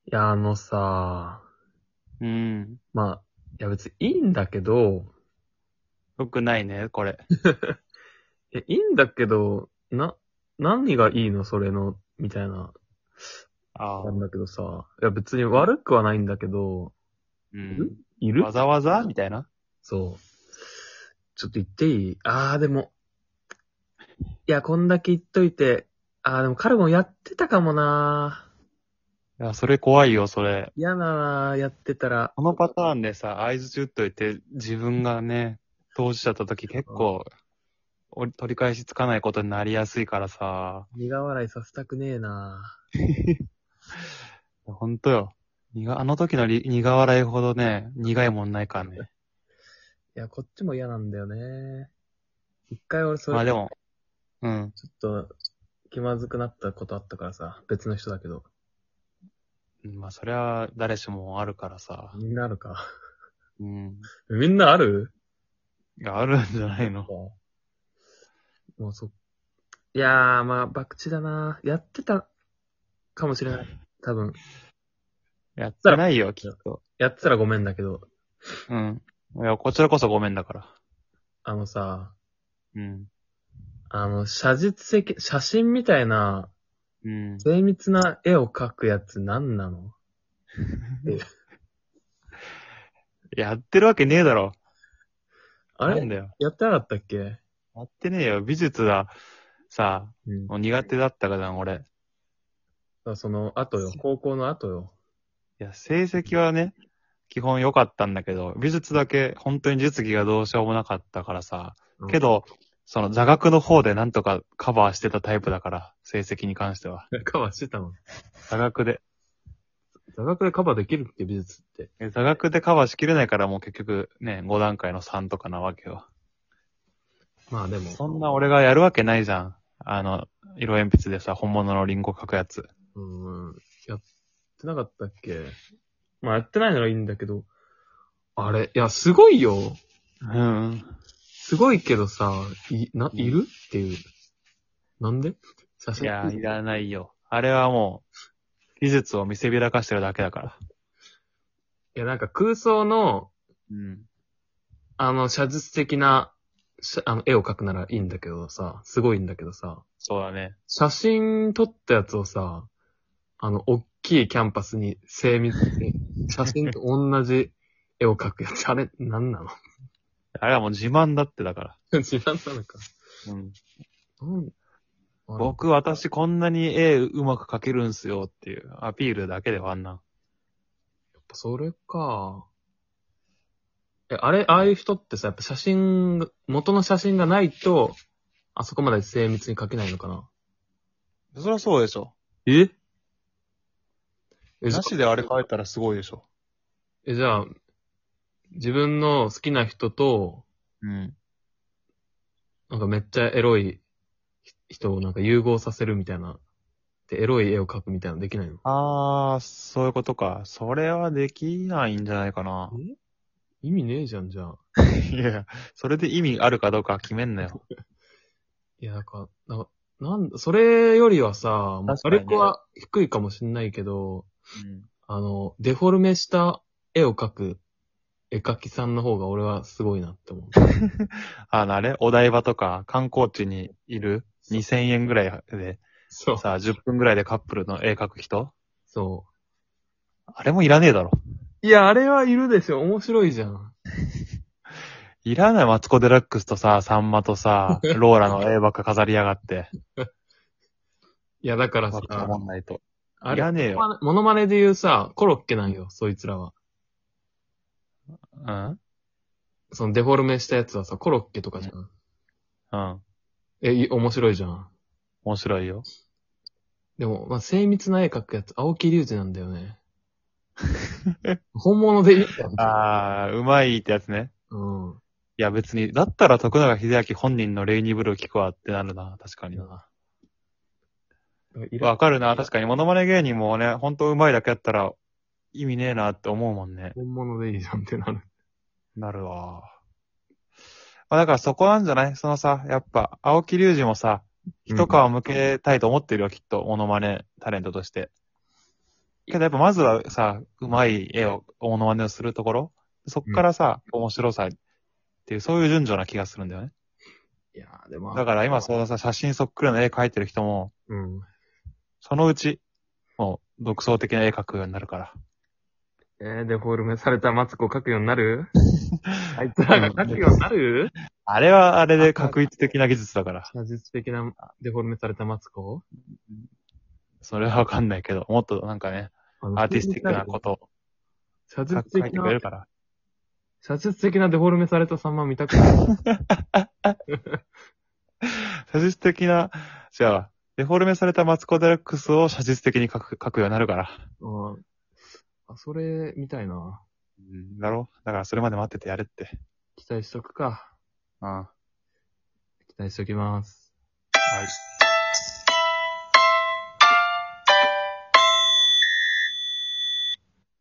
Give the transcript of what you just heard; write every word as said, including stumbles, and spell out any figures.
いや、あのさ、 うん。 まあ、いや別にいいんだけど、 よくないね、これ。 いや、いいんだけど、な、何がいいのそれの、みたいな、なんああ。 だけどさ、いや別に悪くはないんだけど、いるうん。 いるわざわざみたいな。 そう。ちょっと言っていい？あーでも、いや、こんだけ言っといて、あーでも彼もやってたかもな。 いや、それ怖いよ、それ。 嫌だな、やってたら。 このパターンでさ、合図打っといて、自分がね、当事者だった時結構、お取り返しつかないことになりやすいからさ。 苦笑いさせたくねえな。 ほんとよ。苦あの時のり苦笑いほどね、苦いもんないからね。 いや、こっちも嫌なんだよね。一回俺それ、ちまあでも、うん。 ょっと気まずくなったことあったからさ、別の人だけど。 まあそれは誰しもあるからさ。 みんなあるか。 うん。 みんなある？ いや、あるんじゃないの。 もうそ、いやー、まあ、博打だな。やってたかもしれない。多分。 やったら、 てないよ、きっと。 やってたらごめんだけど、 うん。いや、こちらこそごめんだから。 あのさ、 うん。 あの、写実的、写真みたいな、 うん。 精密な絵を描くやつ何なの？え、 やってるわけねえだろ。 あれなんだよ。 やってなかったっけ？ やってねえよ。美術だ。さ、 うん。 もう苦手だったからな、俺。 その後よ、高校の後よ。 いや、成績はね、基本良かったんだけど、美術だけ本当に実技がどうしようもなかったからさ。 うん。 けど、その座学の方でなんとかカバーしてたタイプだから、成績に関しては。 カバーしてたの？ 座学で。 座学でカバーできるっけ、美術って。 え座学でカバーしきれないからもう結局ね、ご段階のさんとかなわけよ。 まあでも、 そんな俺がやるわけないじゃん。あの、色鉛筆でさ、本物のリンゴ描くやつ。 うん、うん、やってなかったっけ？まあやってないならいいんだけど、あれ、いや、すごいよ。 うん。 すごいけどさ、い、な、 うんいるっていう。なんで？写真、 いや、いらないよ。あれはもう、技術を見せびらかしてるだけだから。 いや、なんか空想の、 うん。 あの、写実的な、しあの、絵を描くならいいんだけどさ、すごいんだけどさ、 そうだね。 写真撮ったやつをさ、あの、大きいキャンパスに精密に、写真と同じ絵を描くやつ、あれ、なんなの？ あれはもう自慢だってだから。 自慢なのか。 うん。 なんあれ、やっ僕、私こんなに絵うまく描けるんすよっていうアピールだけではあんな。 ぱそれか。え、あれ、ああいう人ってさ、やっぱ写真が、元の写真がないと、あそこまで精密に描けないのかな？ そりゃそうでしょ。 ええ、じゃなしであれ描いたらすごいでしょ。 え、じゃあ、自分の好きな人と、 うん。 なんかめっちゃエロい人をなんか融合させるみたいな。で、エロい絵を描くみたいなのできないの？ あー、そういうことか。それはできないんじゃないかな。 え意味ねえじゃん、じゃあ。 いや、それで意味あるかどうか決めんなよ。 いや、なんか、な、なんだ、それよりはさ、まあ、火確かにね。 力は低いかもしんないけど、 うん。 あの、デフォルメした絵を描く絵描きさんの方が俺はすごいなって思う。 あの、あれお台場とか観光地にいるそう。 にせんえんぐらいで、 そう。 さあ、じゅっぷんぐらいでカップルの絵描く人そあれもいらねえだろ。 う。いや、あれはいるでしょ。面白いじゃん。 いらないマツコデラックスとさ、サンマとさ、ローラの絵ばっか飾りやがって。 いや、だからさ、 わけわかんないと。 あれ、 いらねえよ。 モノマネで言うさ、コロッケなんよ、そいつらは。 うんそのデフォルメしたやつはさ、コロッケとかじゃん。 うん。 え、い面白いじゃん。 面白いよ。 でも、まあ、精密な絵描くやつ、青木隆二なんだよね。本物でいいじゃん。 あー、うまいってやつね。 うん。 いや別に、だったら徳永秀明本人のレイニーブルー聞くわってなるな。確かにな。 いら、 わかるな。確かにモノマネ芸人もね、ほんとうまいだけやったら意味ねえなって思うもんね。 本物でいいじゃんってなる。 なるわ。まあだからそこなんじゃないそのさ、やっぱ、青木隆二もさ、 うん。 一皮向けたいと思ってるよ、きっと。モノマネタレントとして。 けどやっぱまずはさ、うまい絵を、モノマネをするところ、そっからさ、面白さっていう、そういう順序な気がするんだよね。 いやーでも。 だから今そのさ、写真そっくりの絵描いてる人も、 うん。 そのうち、もう、独創的な絵描くようになるから。 えー、デフォルメされたマツコを描くようになるあいつらが描くようになるあれはあれで確率的な技術だから。 写実的なデフォルメされたマツコそれはわかんないけど、もっとなんかね、 あのアーティスティックなことを写書実的ないてくれる、から。 写実的なデフォルメされたさんま見たくない写実的な、じゃあ、デフォルメされたマツコ・デラックスを写実的に書く、書くようになるから。 うんあ、それ、みたいな。 うんだろだからそれまで待っててやれって。 期待しとくか。 ああ。 期待しときます。 はい。